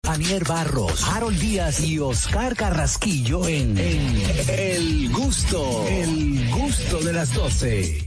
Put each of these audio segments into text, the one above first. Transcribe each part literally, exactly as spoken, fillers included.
Anier Barros, Harold Díaz y Oscar Carrasquillo en, en El Gusto, El Gusto de las doce.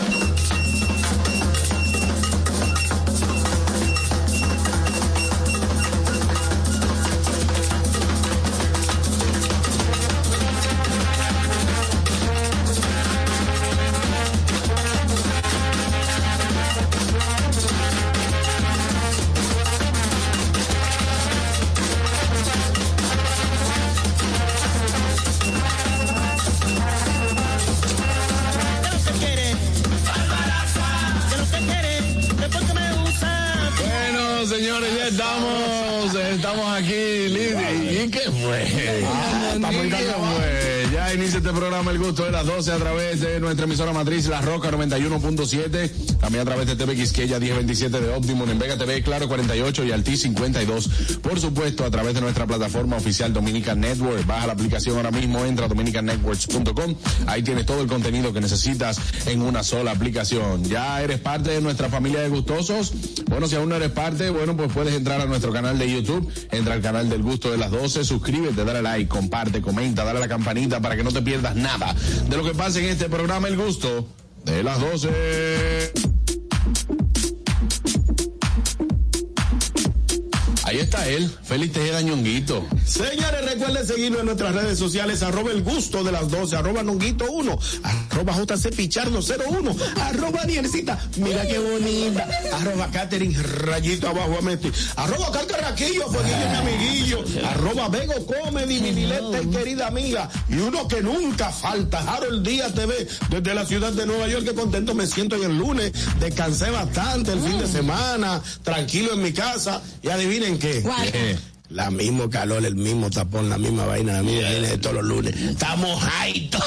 Inicia este programa El Gusto de las doce a través de nuestra emisora matriz La Roca noventa y uno punto siete, también a través de T V Quisqueya diez veintisiete de Optimum, en Vega T V Claro cuarenta y ocho y Altis cincuenta y dos, por supuesto a través de nuestra plataforma oficial Dominican Network. Baja la aplicación ahora mismo, entra a dominican networks punto com, ahí tienes todo el contenido que necesitas en una sola aplicación. ¿Ya eres parte de nuestra familia de gustosos? Bueno, si aún no eres parte, bueno, pues puedes entrar a nuestro canal de YouTube, entra al canal del Gusto de las doce, suscríbete, dale like, comparte, comenta, dale a la campanita para que no te pierdas nada de lo que pasa en este programa El Gusto de las doce. Ahí está él, Félix Tejeda Ñonguito. Señores, recuerden seguirnos en nuestras redes sociales, arroba El Gusto de las doce, arroba Nonguito uno, arroba J C Pichardo cero uno, arroba Niersita, mira qué bonita, arroba Catherine Rayito abajo a Messi, arroba Carcarraquillo, Fueguillo mi amiguillo, arroba Vego Comedy, mi dileta y querida amiga, y uno que nunca falta, Harold Díaz T V, desde la ciudad de Nueva York, que contento me siento hoy el lunes, descansé bastante el fin de semana, tranquilo en mi casa, y adivinen qué. ¿Qué? La mismo calor, el mismo tapón, la misma vaina, la misma vaina de todos los lunes. Estamos jaitos.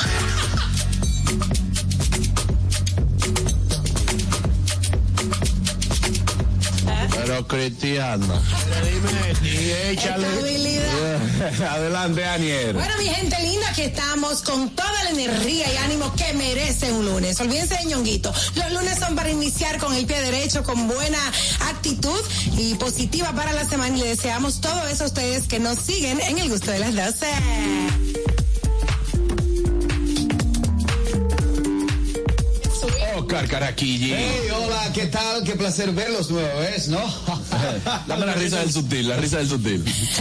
Pero Cristiano, dime, y échale. Adelante, Anier. Bueno, mi gente linda, aquí estamos con toda la energía y ánimo que merece un lunes. Olvídense de Ñonguito. Los lunes son para iniciar con el pie derecho, con buena actitud y positiva para la semana. Y le deseamos todo eso a ustedes que nos siguen en El Gusto de las doce. Oscar Caraquilli. Hey, hola, ¿qué tal? Qué placer verlos nueva vez, ¿no? Dame la risa del sutil, la risa del sutil.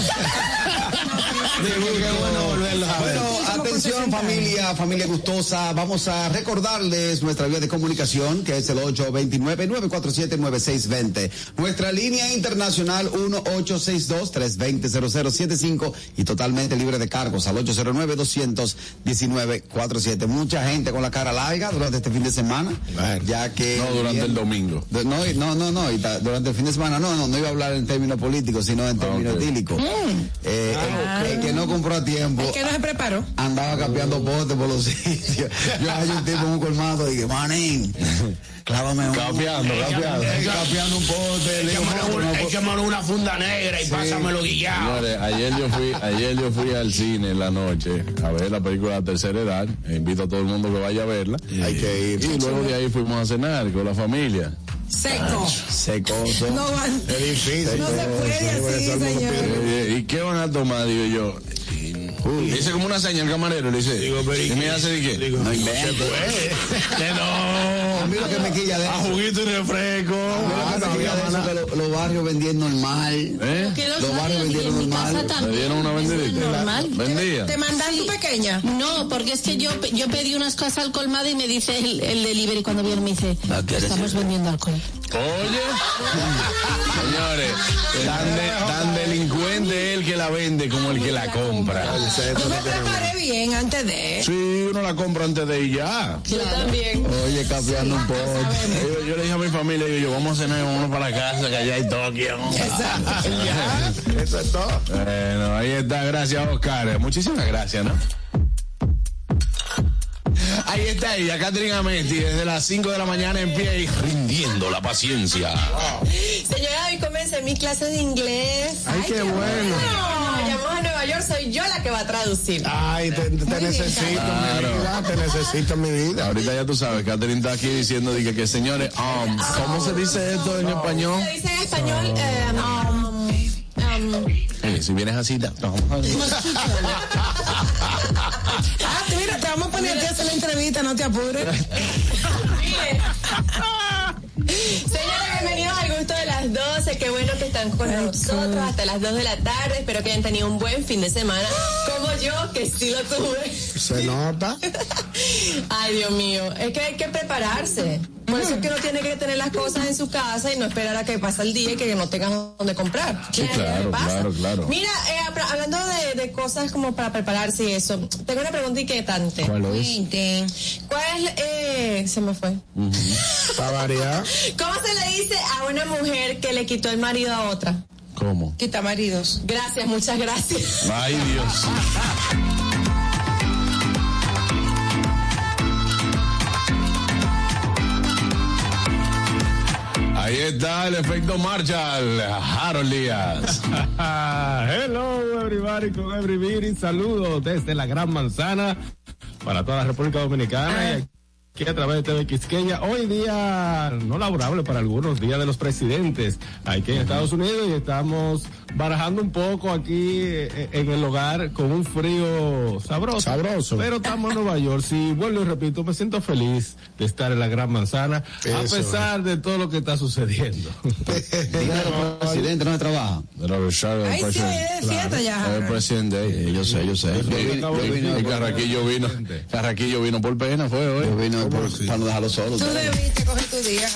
Qué bueno volverlos a ver. Bueno, atención familia, familia gustosa, vamos a recordarles nuestra vía de comunicación, que es el ocho dos nueve, nueve cuatro siete, nueve seis dos cero. Nuestra línea internacional uno ocho seis dos, tres dos cero, cero cero siete cinco y totalmente libre de cargos al ocho cero nueve, dos uno nueve, cuatro siete. Mucha gente con la cara larga durante este fin de semana. Bueno, ya que no durante bien, el domingo no no no no y ta, durante el fin de semana no no no iba a hablar en términos políticos sino en términos okay. etílicos. mm. eh, ah, el, el que no compró a tiempo, el que no se preparó, andaba cambiando potes por los sitios. Yo hay un tipo en un colmado y dije, manín, clávame un capeando capeando capeando un pote, échame una funda negra y sí. Pásamelo guillado. Señores, ayer yo fui ayer yo fui al cine en la noche a ver la película La Tercera Edad. Invito a todo el mundo que vaya a verla. Sí. Hay que ir. Y luego de ahí fuimos a cenar con la familia. Seco. Secoso. No van. Es difícil. No se puede así, señor. ¿Y qué van a tomar? Digo yo. Uy. Le hice como una seña al camarero, le dice. Digo, pero ¿y me hace de qué? Digo, no inventes. Que no. A mí lo que me quilla de eso. A juguito y refresco. Ah, no, había de eso que lo, los barrios vendían normal. ¿Eh? Los, los barrios vendieron normal. ¿Me dieron una vendidita? Normal. ¿Vendía? ¿Te mandan sí. tu pequeña? No, porque es que yo yo pedí unas cosas al colmado y me dice el, el delivery cuando viene me dice, estamos vendiendo alcohol. Oye, señores, tan, de, tan delincuente el que la vende como el que la compra. Yo me preparé bien antes de. Sí, uno la compra antes de ir ya. Yo también. Oye, cambiando sí, un poco. Yo, yo le dije a mi familia, digo yo, vamos a cenar, vamos para la casa, que allá hay Tokio. Exacto. Ya, eso es todo. Bueno, ahí está, gracias Oscar. Muchísimas gracias, ¿no? Ahí está ella, Catherine Amesti, desde las cinco de la mañana en pie y rindiendo la paciencia. Wow. Señora, hoy comencé mi clase de inglés. Ay, Ay qué, qué bueno. bueno. Llamamos a Nueva York, soy yo la que va a traducir. Ay, te, te necesito, claro. mi vida, te necesito en mi vida. Ahorita ya tú sabes, Catherine está aquí diciendo que, que señores, um, ¿cómo se dice esto en español? Se dice en español, eh, um, um, Sí, si vienes así, te vamos a ver. Ah, mira, te vamos a poner aquí a hacer la entrevista, no te apures. Señores, bienvenidos al gusto de las doce. Qué bueno que están con nosotros hasta las dos de la tarde. Espero que hayan tenido un buen fin de semana, como yo, que sí lo tuve. Se nota. Ay, Dios mío, es que hay que prepararse. Por eso es que uno tiene que tener las cosas en su casa y no esperar a que pase el día y que no tengas donde comprar. Sí, claro, claro, claro. Mira, eh, hablando de, de cosas como para prepararse y eso, tengo una pregunta inquietante. ¿Cuál es? ¿Cuál es, eh, se me fue? Uh-huh. Para variar. ¿Cómo se le dice a una mujer que le quitó el marido a otra? ¿Cómo? Quita maridos. Gracias, muchas gracias. Ay, Dios. Ahí está el efecto Marshall, Harold Díaz. Hello everybody con everybody, saludos desde la Gran Manzana para toda la República Dominicana y aquí a través de T V Quisqueya. Hoy día no laborable para algunos, día de los presidentes aquí en Estados Unidos, y estamos barajando un poco aquí en el hogar con un frío sabroso. Sabroso. Pero estamos en Nueva York. Sí, vuelvo y repito, me siento feliz de estar en la Gran Manzana, Eso, a pesar de todo lo que está sucediendo. Dígalo, presidente, no se trabaja. Ay, sí, es fiesta ya. El presidente, Eh, yo sé, yo sé. Yo vine- yo vine- el Carraquillo vino, Carraquillo vino por pena, fue hoy. yo vine por- para no dejarlo solo. Tú debiste coger tu día.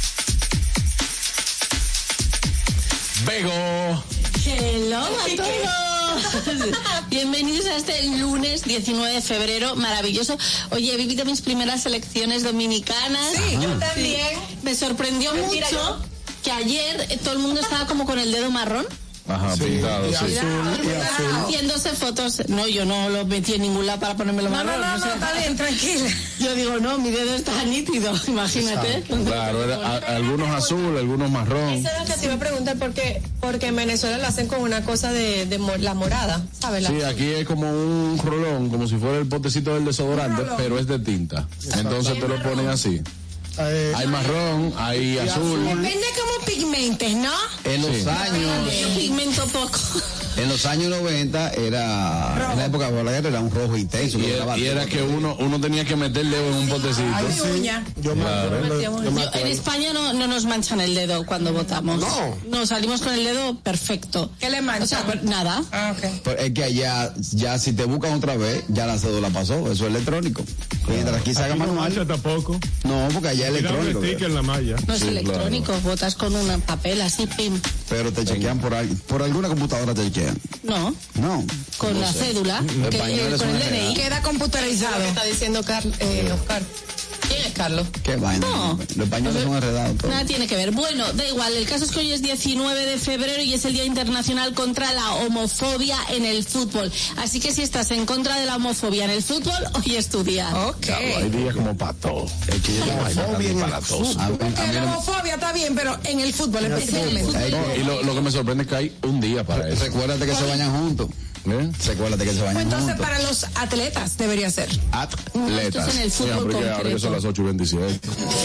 Bego. Hello a todos. Bienvenidos a este lunes diecinueve de febrero, maravilloso. Oye, he vivido mis primeras elecciones dominicanas. Sí, yo también. Me sorprendió Mira, mucho que ayer eh, todo el mundo estaba como con el dedo marrón, Ajá, Sí, pintado, y sí. azul, y azul. haciéndose fotos. No, yo no lo metí en ningún lado para ponérmelo No, no, marrón. no, o no, sea, está bien, tranquila. yo digo, no, mi dedo está nítido, imagínate. Claro, era, a- algunos azul, algunos marrón. Eso es lo que te iba a preguntar, porque, porque en Venezuela lo hacen con una cosa de, de mo- la morada, ¿sabes? La- Sí, aquí es como un rolón, como si fuera el potecito del desodorante, Un rolón. pero es de tinta. Entonces te lo ponen así. Eh, Hay marrón, hay azul. Depende como pigmentes, ¿no? En los Sí. años, Yo pigmento poco. en los años noventa era, en la época de la guerra era un rojo intenso. Y que era, duraba y era tiempo. que uno uno tenía que meter el dedo en un potecito. Ay, sí, uña. yo me Claro. acuerdo, yo me Yo, en acuerdo. España no, no nos manchan el dedo cuando votamos. No. No, salimos con el dedo perfecto. ¿Qué le manchan? O sea, pues, nada. Ah, ok. Pero es que allá, ya si te buscan otra vez, ya la cédula pasó, eso es electrónico. Mientras aquí se haga Aquí no manual. mancha tampoco. No, porque allá es Mira un electrónico. sticker en la malla. No es Sí, electrónico, votas con un papel así, pim. Pero te chequean por, al- por alguna computadora, te chequean. No, No. con No la sé. cédula, que, español es con el una D N I. Queda Lo computerizado. que está diciendo Car- eh, Oscar. ¿Quién es Carlos? Qué vaina. No. Los españoles son enredados todos. Nada tiene que ver. Bueno, da igual, el caso es que hoy es diecinueve de febrero y es el Día Internacional contra la Homofobia en el Fútbol. Así que si estás en contra de la homofobia en el fútbol, hoy es tu día. Ok. Hay días como para todo. Es que yo no hay nada Homofobia en el para todos. A mí- a Porque mí la no- homofobia está bien, pero en el fútbol especialmente. Ay, No, y lo, lo que me sorprende es que hay un día para eso. Recuérdate que se bañan juntos. ¿Eh? Recuérdate que se Pues bañan entonces juntos. para los atletas debería ser. Atletas. Esto es en el Sí, fútbol hombre, que ahora que concreto. son las ocho y veintisiete.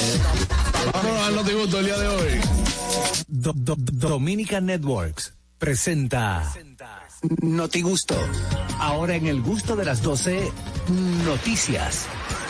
Vámonos al Notigusto el día de hoy. Do- do- Dominica Networks presenta Notigusto. Ahora en el gusto de las doce, noticias.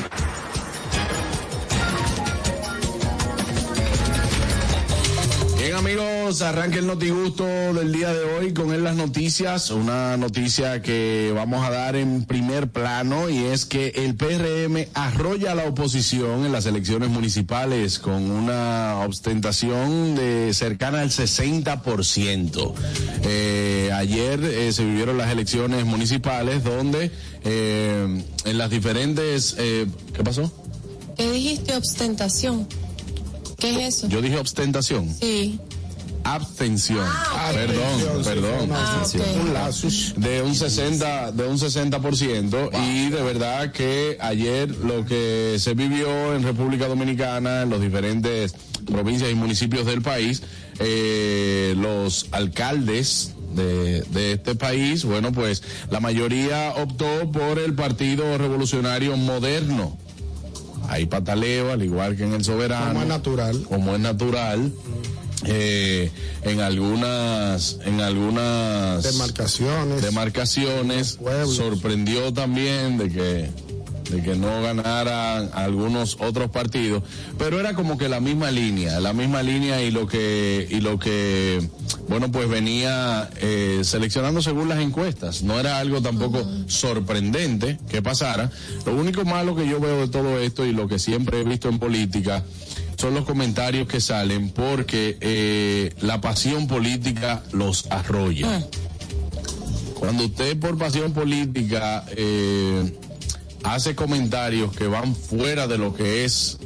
Bien, amigos, arranca el Notigusto del día de hoy con él las noticias. Una noticia que vamos a dar en primer plano, y es que el P R M arrolla a la oposición en las elecciones municipales con una ostentación de cercana al sesenta por ciento. Eh, ayer eh, se vivieron las elecciones municipales donde eh, en las diferentes... Eh, ¿Qué pasó? ¿Qué dijiste? Ostentación. ¿Qué es eso? Yo dije ostentación. Sí. Abstención. Ah, Perdón, perdón. Ah, ok. Un lapsus. De un sesenta, de un sesenta por ciento, y de verdad que ayer lo que se vivió en República Dominicana, en los diferentes provincias y municipios del país, eh, los alcaldes de, de este país, bueno, pues la mayoría optó por el Partido Revolucionario Moderno. Hay pataleo, al igual que en el Soberano. Como es natural. Como es natural. eh, en algunas en algunas demarcaciones, demarcaciones sorprendió también de que de que no ganaran algunos otros partidos, pero era como que la misma línea, la misma línea y lo que y lo que bueno pues venía eh, seleccionando según las encuestas. No era algo tampoco uh-huh. sorprendente que pasara. Lo único malo que yo veo de todo esto y lo que siempre he visto en política son los comentarios que salen porque eh, la pasión política los arrolla. Uh-huh. Cuando usted por pasión política eh, hace comentarios que van fuera de lo que es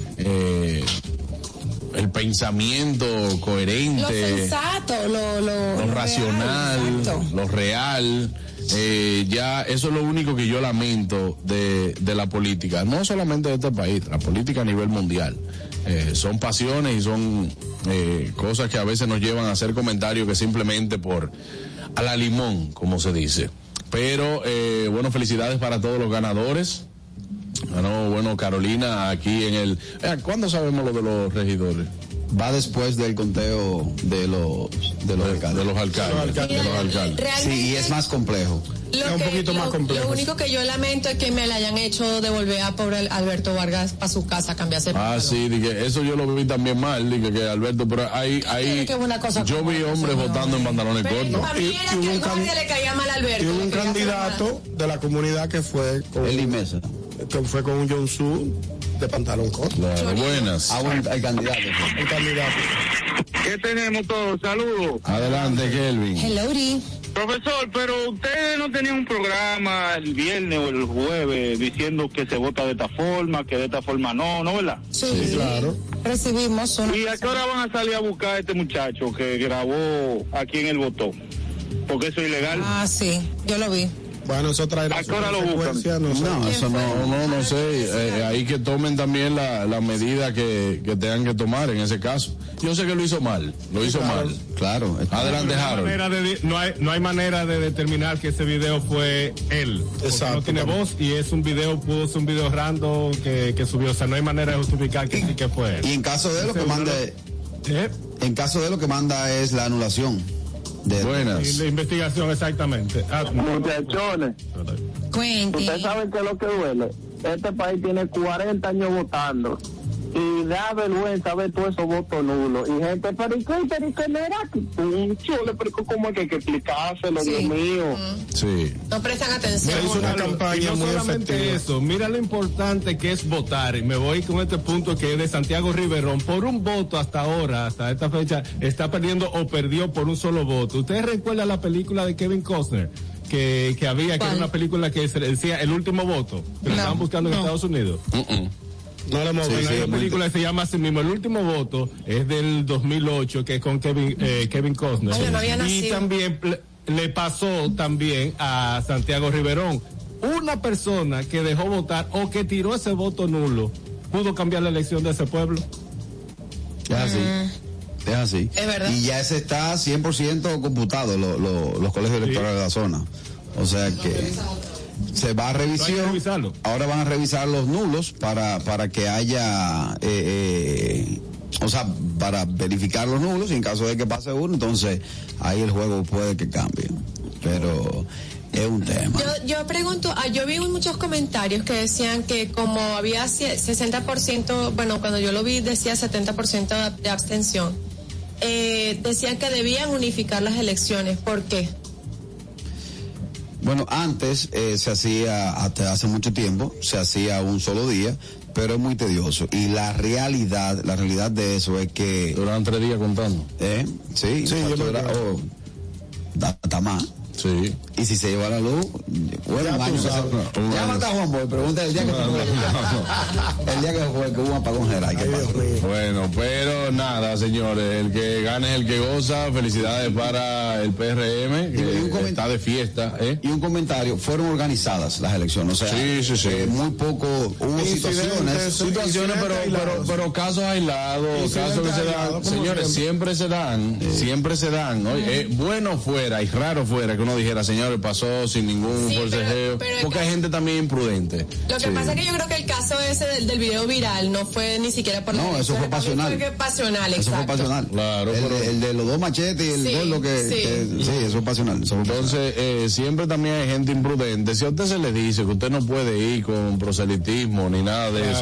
eh, el pensamiento coherente, lo sensato, lo, lo, lo, lo racional, real, lo real, eh, ya eso es lo único que yo lamento de, de la política, no solamente de este país, la política a nivel mundial. Eh, son pasiones y son eh, cosas que a veces nos llevan a hacer comentarios que simplemente por a la limón, como se dice. Pero, eh, bueno, felicidades para todos los ganadores. Ganó, bueno, Carolina aquí en el... Eh, ¿Cuándo sabemos lo de los regidores? Va después del conteo de los de los de, alcaldes. De los alcaldes. Sí, de los alcaldes. Sí, y es más complejo. Lo es un que, poquito lo, más complejo. Lo único que yo lamento es que me le hayan hecho devolver a pobre Alberto Vargas para su casa a cambiarse. Ah, sí, dije, eso yo lo vi también mal, dije que Alberto, pero ahí, ahí, que una cosa yo vi hombres señor. votando en pantalones Pero cortos. para mí era que el guardia le caía mal a Alberto. Y hubo un le caía candidato de la comunidad que fue con, Eli Mesa. que fue con un John Su de pantalón corto. Claro, buenas. Ah, bueno, el candidato. El candidato. ¿Qué tenemos todos? Saludos. Adelante, Kelvin. Hello, Uri. Profesor, pero ustedes no tenían un programa el viernes o el jueves diciendo que se vota de esta forma, que de esta forma no, ¿no, verdad? Sí, Sí, claro. Recibimos una... ¿Y a qué hora van a salir a buscar a este muchacho que grabó aquí en el botón? Porque eso es ilegal. Ah, sí, yo lo vi. Bueno, eso traerá ¿A qué hora lo consecuencias, no sé. No, eso no, no, no sé. Eh, ahí que tomen también la, la medida que, que tengan que tomar en ese caso. Yo sé que lo hizo mal, lo hizo Claro. mal. Claro. Adelante, No hay Harold. manera de, no, hay, no hay manera de determinar que ese video fue él. Porque Exacto. no tiene voz y es un video, pudo ser un video random que, que subió. O sea, no hay manera de justificar que sí que fue él. Y en caso de lo que Seguro. manda, ¿Eh? en caso de lo que manda es la anulación. De, Buenas. Y la investigación, exactamente. Ah, Muchachones, Cuente. ustedes saben que es lo que duele. Este país tiene cuarenta años votando y da vergüenza ver todos esos votos nulos. Y gente, pero ¿y qué? Pero ¿y qué no era? Un chulo, pero ¿cómo es que hay que explicárselo, Sí. Dios mío? Sí. No prestan atención. Se hizo una campaña y no muy solamente efectiva. eso, mira lo importante que es votar. Y me voy con este punto que es de Santiago Riverón. Por un voto hasta ahora, hasta esta fecha, está perdiendo o perdió por un solo voto. ¿Ustedes recuerdan la película de Kevin Costner? Que, que había, que era una película que se decía El Último Voto, que lo estaban buscando en Estados Unidos. Uh-uh. No le hemos Sí, visto. sí, Hay una película que se llama así mismo El Último Voto, es del dos mil ocho, que es con Kevin, eh, Kevin Costner. Ay, yo no había y nacido. también le, le pasó también a Santiago Riverón. Una persona que dejó votar o que tiró ese voto nulo, pudo cambiar la elección de ese pueblo. Es así. Es así. Es verdad. Y ya se está cien por ciento computado lo, lo, los colegios electorales de la zona. O sea que se va a No hay que revisión. revisarlo. Ahora van a revisar los nulos para, para que haya, eh, eh, o sea, para verificar los nulos y en caso de que pase uno, entonces ahí el juego puede que cambie. Pero es un tema. Yo, yo pregunto, ah, yo vi muchos comentarios que decían que como había sie- sesenta por ciento, bueno, cuando yo lo vi decía setenta por ciento de abstención, eh, decían que debían unificar las elecciones. ¿Por qué? Bueno, antes eh, se hacía, hasta hace mucho tiempo, se hacía un solo día, pero es muy tedioso. Y la realidad, la realidad de eso es que... Duran tres días contando. ¿Eh? Sí, Sí, yo me factura- acuerdo. oh, da- da más. Sí. Y si se lleva la luz, bueno, Ya un tú año que sabes. se- Un Llama año. a Juan Boy, pregunta el día que fue, el día que fue que hubo un apagón general. ¿Qué Ay, Dios pasó? mío. Bueno, pero nada, señores, el que gane es el que goza. Felicidades para el P R M. Y un que comentario está de fiesta, ¿eh? Y un comentario, fueron organizadas las elecciones, o sea, sí, sí, sí. Eh, muy poco, hubo situaciones, situaciones, pero, pero, pero casos aislados, casos que se dan, señores, siempre se dan, sí. siempre se dan, ¿no? Eh, bueno fuera y raro fuera que uno dijera, señores, pasó sin ningún sí, forcejeo, pero, pero porque hay gente también imprudente. Lo que sí. pasa es que yo creo que el caso ese del, del video viral no fue ni siquiera por la No, eso fue pasional. Fue pasional, eso fue pasional. Claro, el, pero... el de los dos machetes y el sí, gol, lo que, sí. que, sí, eso es pasional. Eso Entonces, eh, siempre también hay gente imprudente. Si a usted se le dice que usted no puede ir con proselitismo ni nada de eso,